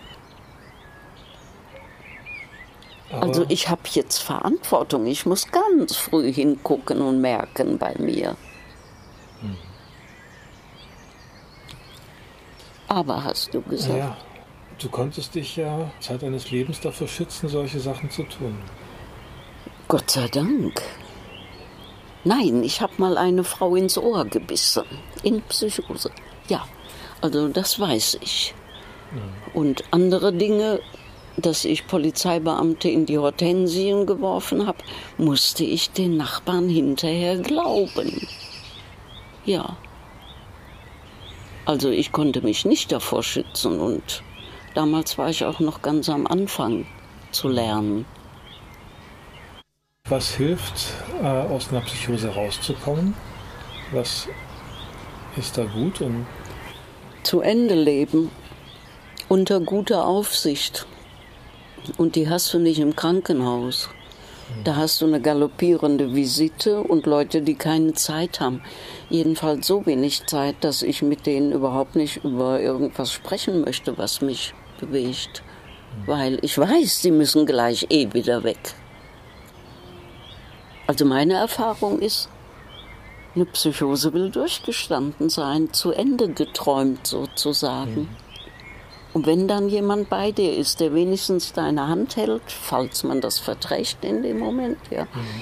Aber also ich habe jetzt Verantwortung. Ich muss ganz früh hingucken und merken bei mir. Hm. Aber hast du gesagt? Ja, du konntest dich ja Zeit deines Lebens dafür schützen, solche Sachen zu tun. Gott sei Dank. Nein, ich habe mal eine Frau ins Ohr gebissen. In Psychose. Ja, also das weiß ich. Mhm. Und andere Dinge, dass ich Polizeibeamte in die Hortensien geworfen habe, musste ich den Nachbarn hinterher glauben. Ja. Also ich konnte mich nicht davor schützen und damals war ich auch noch ganz am Anfang zu lernen. Was hilft, äh, aus einer Psychose rauszukommen? Was ist da gut? Und zu Ende leben, unter guter Aufsicht. Und die hast du nicht im Krankenhaus. Mhm. Da hast du eine galoppierende Visite und Leute, die keine Zeit haben. Jedenfalls so wenig Zeit, dass ich mit denen überhaupt nicht über irgendwas sprechen möchte, was mich bewegt. Mhm. Weil ich weiß, sie müssen gleich eh wieder weg. Also meine Erfahrung ist, eine Psychose will durchgestanden sein, zu Ende geträumt sozusagen. Mhm. Und wenn dann jemand bei dir ist, der wenigstens deine Hand hält, falls man das verträgt in dem Moment, ja, mhm.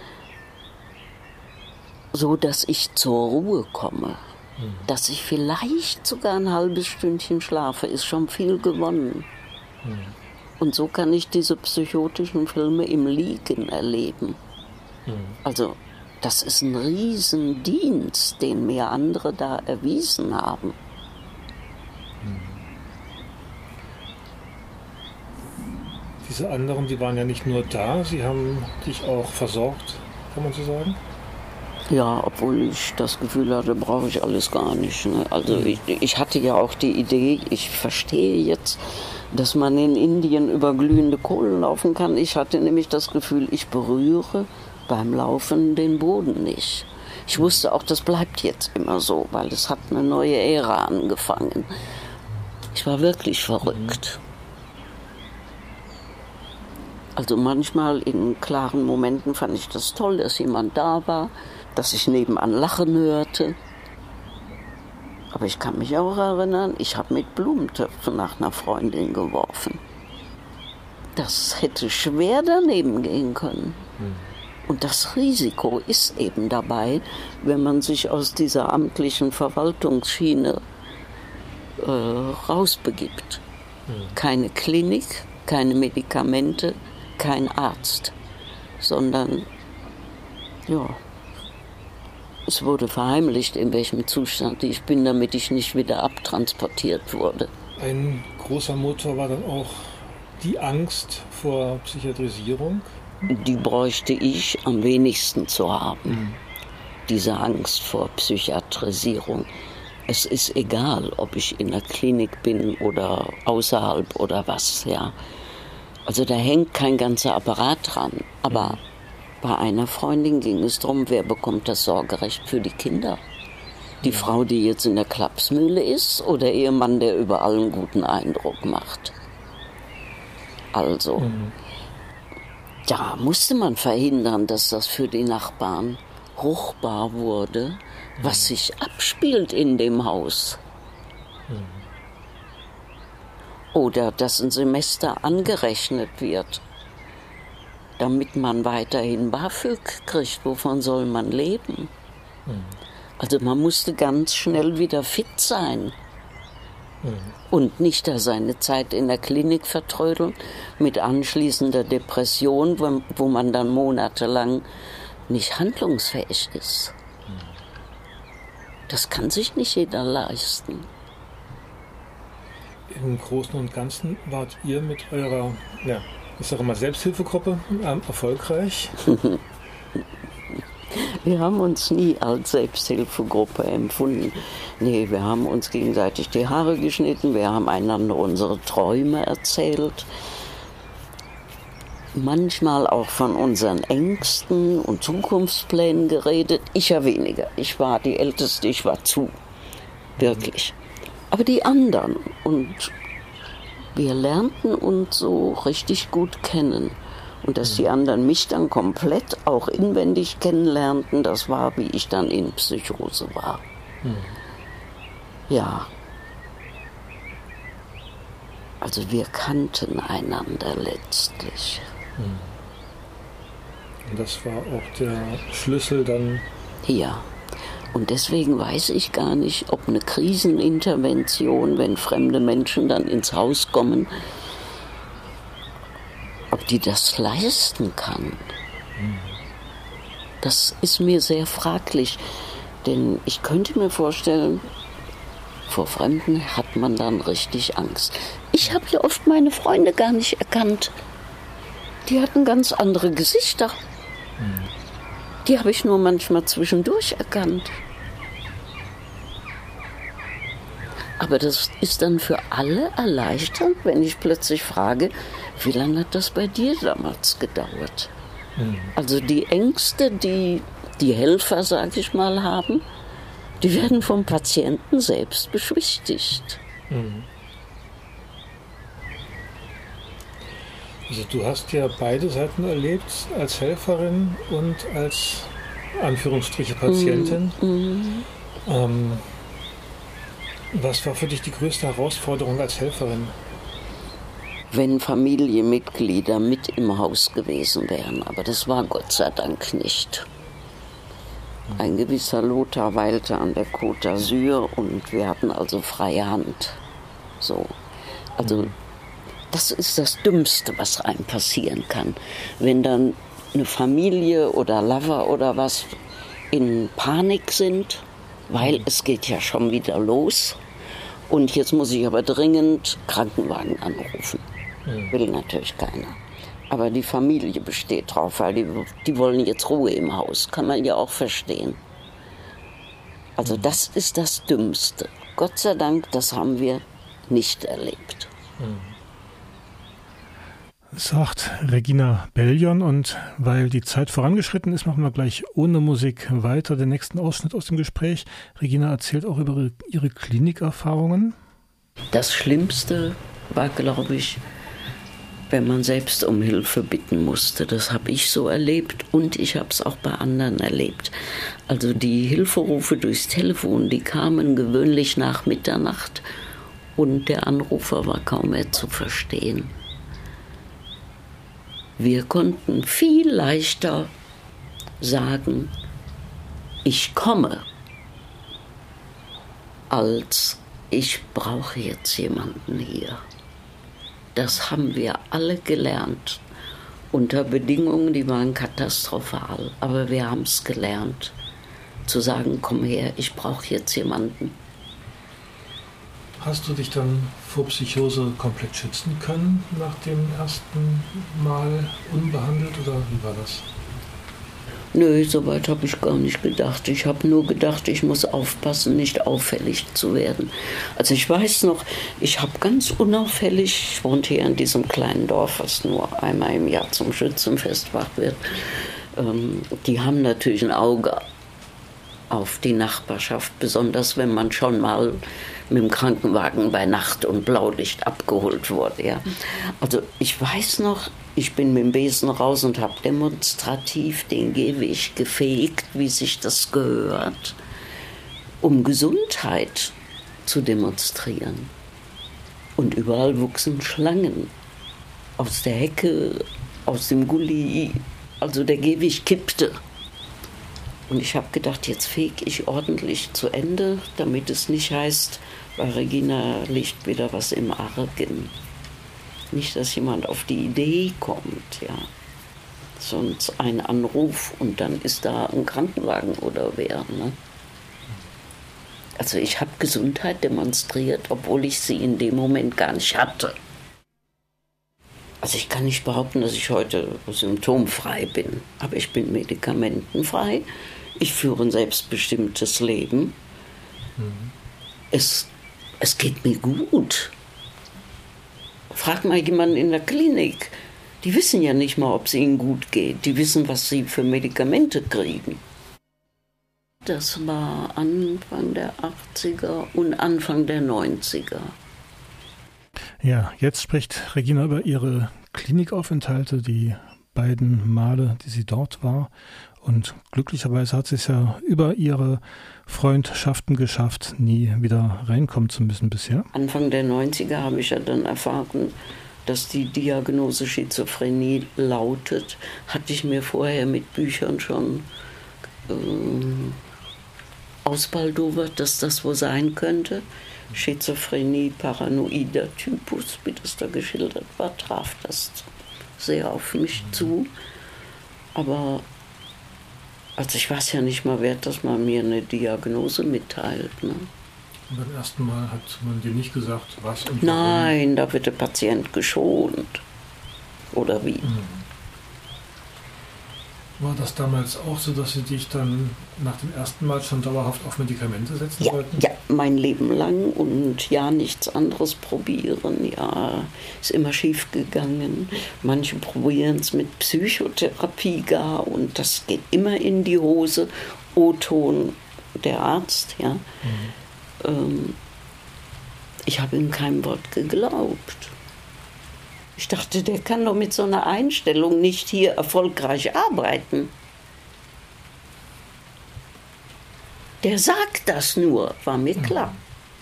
so dass ich zur Ruhe komme, mhm. dass ich vielleicht sogar ein halbes Stündchen schlafe, ist schon viel gewonnen. Mhm. Und so kann ich diese psychotischen Filme im Liegen erleben. Also das ist ein Riesendienst, den mir andere da erwiesen haben. Diese anderen, die waren ja nicht nur da, sie haben dich auch versorgt, kann man so sagen? Ja, obwohl ich das Gefühl hatte, brauche ich alles gar nicht. Ne? Also ich, ich hatte ja auch die Idee, ich verstehe jetzt, dass man in Indien über glühende Kohlen laufen kann. Ich hatte nämlich das Gefühl, ich berühre beim Laufen den Boden nicht. Ich wusste auch, das bleibt jetzt immer so, weil es hat eine neue Ära angefangen. Ich war wirklich verrückt. Also manchmal in klaren Momenten fand ich das toll, dass jemand da war, dass ich nebenan Lachen hörte. Aber ich kann mich auch erinnern, ich habe mit Blumentöpfen nach einer Freundin geworfen. Das hätte schwer daneben gehen können. Mhm. Und das Risiko ist eben dabei, wenn man sich aus dieser amtlichen Verwaltungsschiene äh, rausbegibt. Mhm. Keine Klinik, keine Medikamente, kein Arzt, sondern ja, es wurde verheimlicht, in welchem Zustand ich bin, damit ich nicht wieder abtransportiert wurde. Ein großer Motor war dann auch die Angst vor Psychiatrisierung. Die bräuchte ich am wenigsten zu haben, mhm. diese Angst vor Psychiatrisierung. Es ist egal, ob ich in der Klinik bin oder außerhalb oder was, ja. Also da hängt kein ganzer Apparat dran. Aber mhm. bei einer Freundin ging es darum, wer bekommt das Sorgerecht für die Kinder? Die mhm. Frau, die jetzt in der Klapsmühle ist, oder ihr Mann, der überall einen guten Eindruck macht? Also... Mhm. Da musste man verhindern, dass das für die Nachbarn ruchbar wurde, was sich abspielt in dem Haus. Oder dass ein Semester angerechnet wird, damit man weiterhin BAföG kriegt. Wovon soll man leben? Also man musste ganz schnell wieder fit sein. Und nicht da seine Zeit in der Klinik vertrödeln mit anschließender Depression, wo, wo man dann monatelang nicht handlungsfähig ist. Das kann sich nicht jeder leisten. Im Großen und Ganzen wart ihr mit eurer, ja, ich sage mal, Selbsthilfegruppe ähm, erfolgreich? Wir haben uns nie als Selbsthilfegruppe empfunden. Nee, wir haben uns gegenseitig die Haare geschnitten, wir haben einander unsere Träume erzählt. Manchmal auch von unseren Ängsten und Zukunftsplänen geredet. Ich ja weniger. Ich war die Älteste, ich war zu. Wirklich. Aber die anderen. Und wir lernten uns so richtig gut kennen. Und dass die anderen mich dann komplett auch inwendig kennenlernten, das war, wie ich dann in Psychose war. Mhm. Ja. Also wir kannten einander letztlich. Mhm. Und das war auch der Schlüssel dann? Ja. Und deswegen weiß ich gar nicht, ob eine Krisenintervention, wenn fremde Menschen dann ins Haus kommen, ob die das leisten kann. Das ist mir sehr fraglich, denn ich könnte mir vorstellen, vor Fremden hat man dann richtig Angst. Ich habe ja oft meine Freunde gar nicht erkannt. Die hatten ganz andere Gesichter. Die habe ich nur manchmal zwischendurch erkannt. Aber das ist dann für alle erleichternd, wenn ich plötzlich frage, wie lange hat das bei dir damals gedauert? Mhm. Also die Ängste, die die Helfer, sag ich mal, haben, die werden vom Patienten selbst beschwichtigt. Mhm. Also du hast ja beide Seiten erlebt, als Helferin und als Anführungsstriche Patientin. Mhm. Ähm, was war für dich die größte Herausforderung als Helferin? Wenn Familienmitglieder mit im Haus gewesen wären, aber das war Gott sei Dank nicht. Ein gewisser Lothar weilte an der Côte d'Azur und wir hatten also freie Hand. So. Also das ist das Dümmste, was einem passieren kann. Wenn dann eine Familie oder Lover oder was in Panik sind, weil es geht ja schon wieder los. Und jetzt muss ich aber dringend Krankenwagen anrufen. Mhm. Will natürlich keiner. Aber die Familie besteht drauf, weil die, die wollen jetzt Ruhe im Haus. Kann man ja auch verstehen. Also das ist das Dümmste. Gott sei Dank, das haben wir nicht erlebt. Mhm. Sagt Regina Bellion, und weil die Zeit vorangeschritten ist, machen wir gleich ohne Musik weiter den nächsten Ausschnitt aus dem Gespräch. Regina erzählt auch über ihre Klinikerfahrungen. Das Schlimmste war, glaube ich, wenn man selbst um Hilfe bitten musste. Das habe ich so erlebt und ich habe es auch bei anderen erlebt. Also die Hilferufe durchs Telefon, die kamen gewöhnlich nach Mitternacht und der Anrufer war kaum mehr zu verstehen. Wir konnten viel leichter sagen, ich komme, als ich brauche jetzt jemanden hier. Das haben wir alle gelernt, unter Bedingungen, die waren katastrophal. Aber wir haben es gelernt, zu sagen, komm her, ich brauche jetzt jemanden. Hast du dich dann vor Psychose komplett schützen können nach dem ersten Mal unbehandelt oder wie war das? Nö, so weit habe ich gar nicht gedacht. Ich habe nur gedacht, ich muss aufpassen, nicht auffällig zu werden. Also ich weiß noch, ich habe ganz unauffällig, ich wohnte hier in diesem kleinen Dorf, was nur einmal im Jahr zum Schützenfest gemacht wird. Ähm, die haben natürlich ein Auge auf die Nachbarschaft, besonders wenn man schon mal mit dem Krankenwagen bei Nacht und Blaulicht abgeholt wurde. Ja. Also ich weiß noch, ich bin mit dem Besen raus und habe demonstrativ den Gehweg gefegt, wie sich das gehört, um Gesundheit zu demonstrieren. Und überall wuchsen Schlangen aus der Hecke, aus dem Gully, also der Gehweg kippte. Und ich habe gedacht, jetzt fege ich ordentlich zu Ende, damit es nicht heißt, bei Regina liegt wieder was im Argen. Nicht, dass jemand auf die Idee kommt, ja. Sonst ein Anruf und dann ist da ein Krankenwagen oder wer, ne? Also ich habe Gesundheit demonstriert, obwohl ich sie in dem Moment gar nicht hatte. Also ich kann nicht behaupten, dass ich heute symptomfrei bin, aber ich bin medikamentenfrei. Ich führe ein selbstbestimmtes Leben. Mhm. Es, es geht mir gut. Frag mal jemanden in der Klinik. Die wissen ja nicht mal, ob es ihnen gut geht. Die wissen, was sie für Medikamente kriegen. Das war Anfang der achtziger und Anfang der neunziger. Ja, jetzt spricht Regina über ihre Klinikaufenthalte, die beiden Male, die sie dort war. Und glücklicherweise hat sie es ja über ihre Freundschaften geschafft, nie wieder reinkommen zu müssen bisher. Anfang der neunziger habe ich ja dann erfahren, dass die Diagnose Schizophrenie lautet. Hatte ich mir vorher mit Büchern schon äh, ausbaldowert, dass das wohl sein könnte. Schizophrenie, paranoider Typus, wie das da geschildert war, traf das sehr auf mich zu. Aber also ich weiß ja nicht mal wert, dass man mir eine Diagnose mitteilt. Ne? Und beim ersten Mal hat man dir nicht gesagt, was und warum? Nein, da wird der Patient geschont. Oder wie? Mhm. War das damals auch so, dass sie dich dann nach dem ersten Mal schon dauerhaft auf Medikamente setzen ja, wollten? Ja, mein Leben lang und ja, nichts anderes probieren. Ja, ist immer schief gegangen. Manche probieren es mit Psychotherapie gar und das geht immer in die Hose. O-Ton, der Arzt, ja. Mhm. Ähm, ich habe ihm kein Wort geglaubt. Ich dachte, der kann doch mit so einer Einstellung nicht hier erfolgreich arbeiten. Der sagt das nur, war mir klar.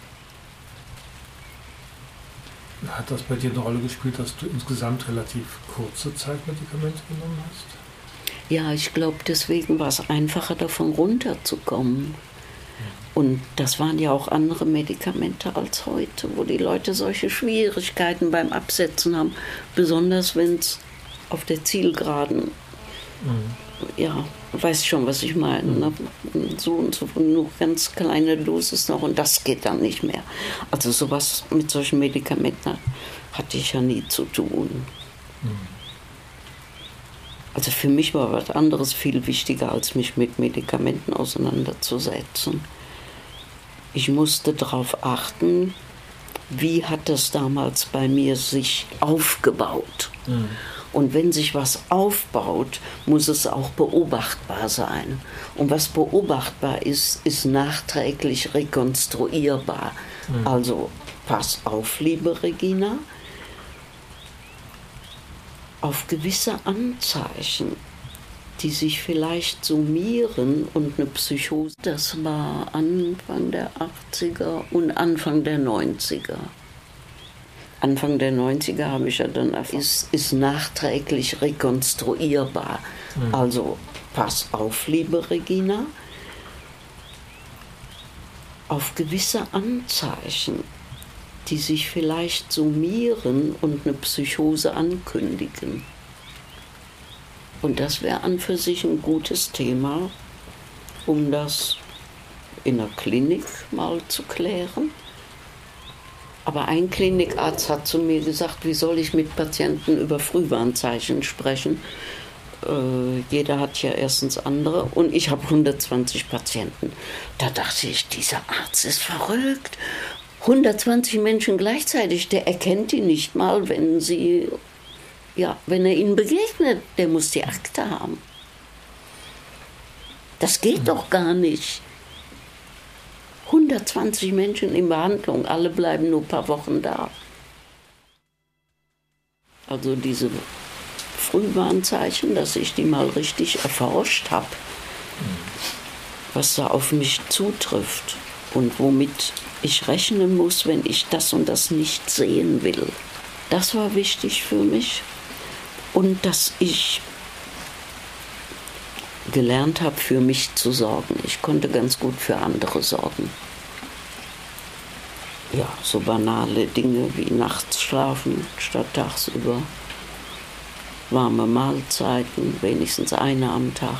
Hat das bei dir eine Rolle gespielt, dass du insgesamt relativ kurze Zeit Medikamente genommen hast? Ja, ich glaube, deswegen war es einfacher, davon runterzukommen. Und das waren ja auch andere Medikamente als heute, wo die Leute solche Schwierigkeiten beim Absetzen haben, besonders wenn es auf der Zielgeraden, mhm. ja, weiß schon, was ich meine, mhm. ne? So und so, nur ganz kleine Dosis noch und das geht dann nicht mehr. Also sowas mit solchen Medikamenten hatte ich ja nie zu tun. Mhm. Also für mich war was anderes viel wichtiger, als mich mit Medikamenten auseinanderzusetzen. Ich musste darauf achten, wie hat das damals bei mir sich aufgebaut. Mhm. Und wenn sich was aufbaut, muss es auch beobachtbar sein. Und was beobachtbar ist, ist nachträglich rekonstruierbar. Mhm. Also pass auf, liebe Regina, auf gewisse Anzeichen, die sich vielleicht summieren und eine Psychose. Das war Anfang der achtziger und Anfang der neunziger. Anfang der neunziger habe ich ja dann erfahren, ist, ist nachträglich rekonstruierbar. Mhm. Also pass auf, liebe Regina, auf gewisse Anzeichen, die sich vielleicht summieren und eine Psychose ankündigen. Und das wäre an für sich ein gutes Thema, um das in der Klinik mal zu klären. Aber ein Klinikarzt hat zu mir gesagt, wie soll ich mit Patienten über Frühwarnzeichen sprechen? Äh, jeder hat ja erstens andere und ich habe hundertzwanzig Patienten. Da dachte ich, dieser Arzt ist verrückt. hundertzwanzig Menschen gleichzeitig, der erkennt die nicht mal, wenn sie... Ja, wenn er ihnen begegnet, der muss die Akte haben. Das geht doch gar nicht. hundertzwanzig Menschen in Behandlung, alle bleiben nur ein paar Wochen da. Also diese Frühwarnzeichen, dass ich die mal richtig erforscht habe, was da auf mich zutrifft und womit ich rechnen muss, wenn ich das und das nicht sehen will. Das war wichtig für mich. Und dass ich gelernt habe, für mich zu sorgen. Ich konnte ganz gut für andere sorgen. Ja, so banale Dinge wie nachts schlafen statt tagsüber. Warme Mahlzeiten, wenigstens eine am Tag.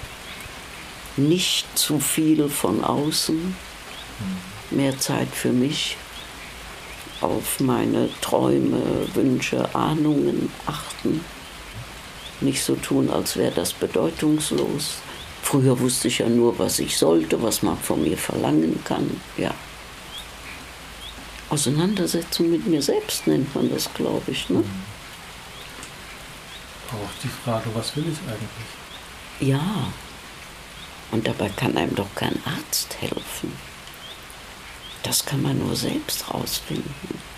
Nicht zu viel von außen. Mehr Zeit für mich. Auf meine Träume, Wünsche, Ahnungen achten. Nicht so tun, als wäre das bedeutungslos. Früher wusste ich ja nur, was ich sollte, was man von mir verlangen kann. Ja. Auseinandersetzung mit mir selbst nennt man das, glaube ich. Ne? Auch die Frage, was will ich eigentlich? Ja. Und dabei kann einem doch kein Arzt helfen. Das kann man nur selbst rausfinden.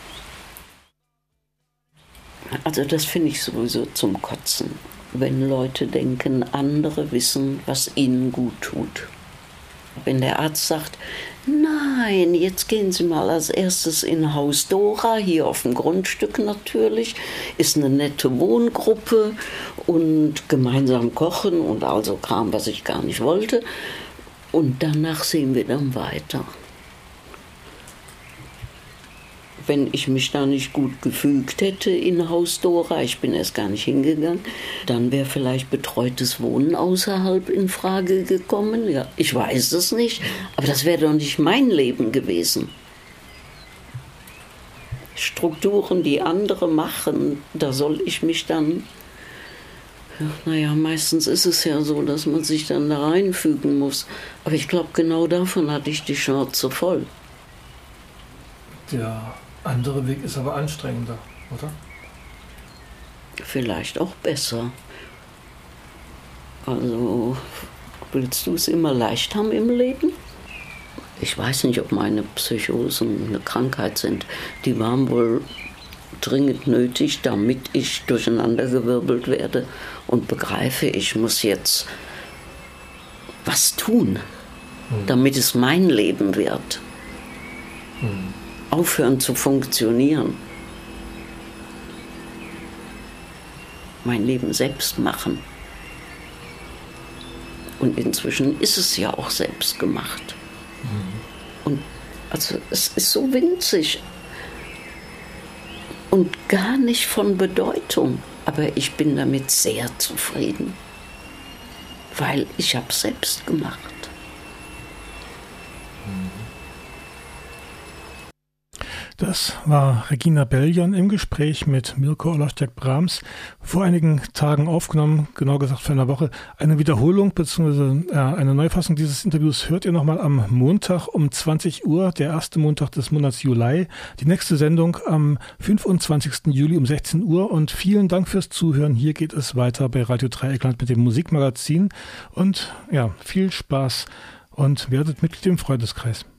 Also das finde ich sowieso zum Kotzen, wenn Leute denken, andere wissen, was ihnen gut tut. Wenn der Arzt sagt, nein, jetzt gehen Sie mal als erstes in Haus Dora, hier auf dem Grundstück natürlich, ist eine nette Wohngruppe und gemeinsam kochen und also Kram, was ich gar nicht wollte. Und danach sehen wir dann weiter. Wenn ich mich da nicht gut gefügt hätte in Haus Dora, ich bin erst gar nicht hingegangen, dann wäre vielleicht betreutes Wohnen außerhalb in Frage gekommen. Ja, ich weiß es nicht, aber das wäre doch nicht mein Leben gewesen. Strukturen, die andere machen, da soll ich mich dann... Ja, naja, meistens ist es ja so, dass man sich dann da reinfügen muss. Aber ich glaube, genau davon hatte ich die Schnauze voll. Ja. Andere Weg ist aber anstrengender, oder? Vielleicht auch besser. Also, willst du es immer leicht haben im Leben? Ich weiß nicht, ob meine Psychosen eine Krankheit sind. Die waren wohl dringend nötig, damit ich durcheinandergewirbelt werde und begreife, ich muss jetzt was tun, hm. damit es mein Leben wird. Hm. Aufhören zu funktionieren. Mein Leben selbst machen. Und inzwischen ist es ja auch selbst gemacht. Mhm. Und also es ist so winzig und gar nicht von Bedeutung. Aber ich bin damit sehr zufrieden, weil ich habe es selbst gemacht. Das war Regina Bellion im Gespräch mit Mirko Olaschtek-Brahms, vor einigen Tagen aufgenommen, genau gesagt vor einer Woche. Eine Wiederholung bzw. Äh, eine Neufassung dieses Interviews hört ihr nochmal am Montag um zwanzig Uhr, der erste Montag des Monats Juli. Die nächste Sendung am fünfundzwanzigsten Juli um sechzehn Uhr. Und vielen Dank fürs Zuhören. Hier geht es weiter bei Radio Dreieckland mit dem Musikmagazin. Und ja, viel Spaß und werdet Mitglied im Freundeskreis.